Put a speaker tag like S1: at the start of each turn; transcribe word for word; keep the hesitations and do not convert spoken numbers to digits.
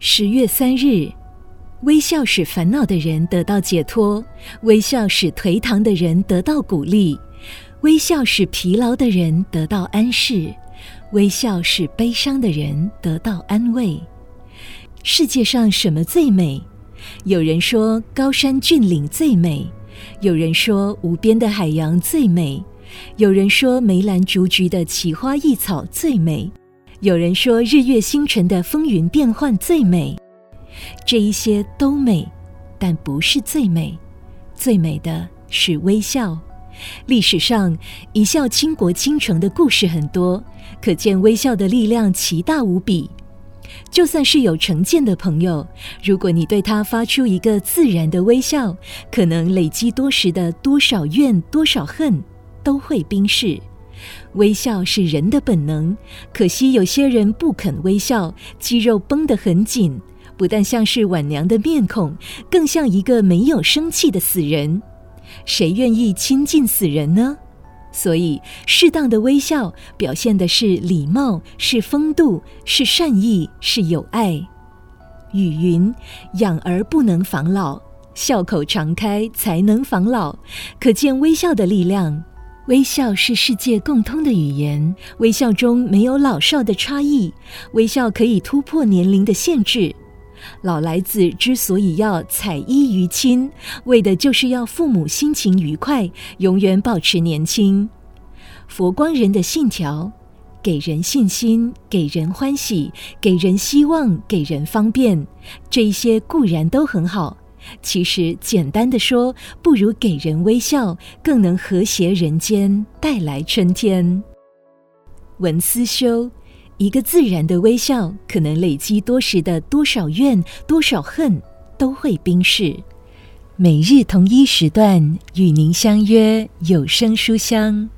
S1: 十月三日，微笑使烦恼的人得到解脱，微笑使颓唐的人得到鼓励，微笑使疲劳的人得到安适，微笑使悲伤的人得到安慰。世界上什么最美？有人说高山峻岭最美，有人说无边的海洋最美，有人说梅兰竹菊的奇花异草最美，有人说日月星辰的风云变幻最美。这一些都美，但不是最美。最美的是微笑。历史上一笑倾国倾城的故事很多，可见微笑的力量奇大无比。就算是有成见的朋友，如果你对他发出一个自然的微笑，可能累积多时的多少怨多少恨都会冰释。微笑是人的本能，可惜有些人不肯微笑，肌肉绷得很紧，不但像是晚娘的面孔，更像一个没有生气的死人。谁愿意亲近死人呢？所以适当的微笑表现的是礼貌，是风度，是善意，是友爱。语云：养儿不能防老，笑口常开才能防老。可见微笑的力量。微笑是世界共通的语言，微笑中没有老少的差异，微笑可以突破年龄的限制。老来子之所以要采衣娱亲，为的就是要父母心情愉快，永远保持年轻。佛光人的信条：给人信心，给人欢喜，给人希望，给人方便。这一些固然都很好，其实简单的说，不如给人微笑更能和谐人间，带来春天。文思修：一个自然的微笑，可能累积多时的多少怨多少恨都会冰释。每日同一时段与您相约有声书香。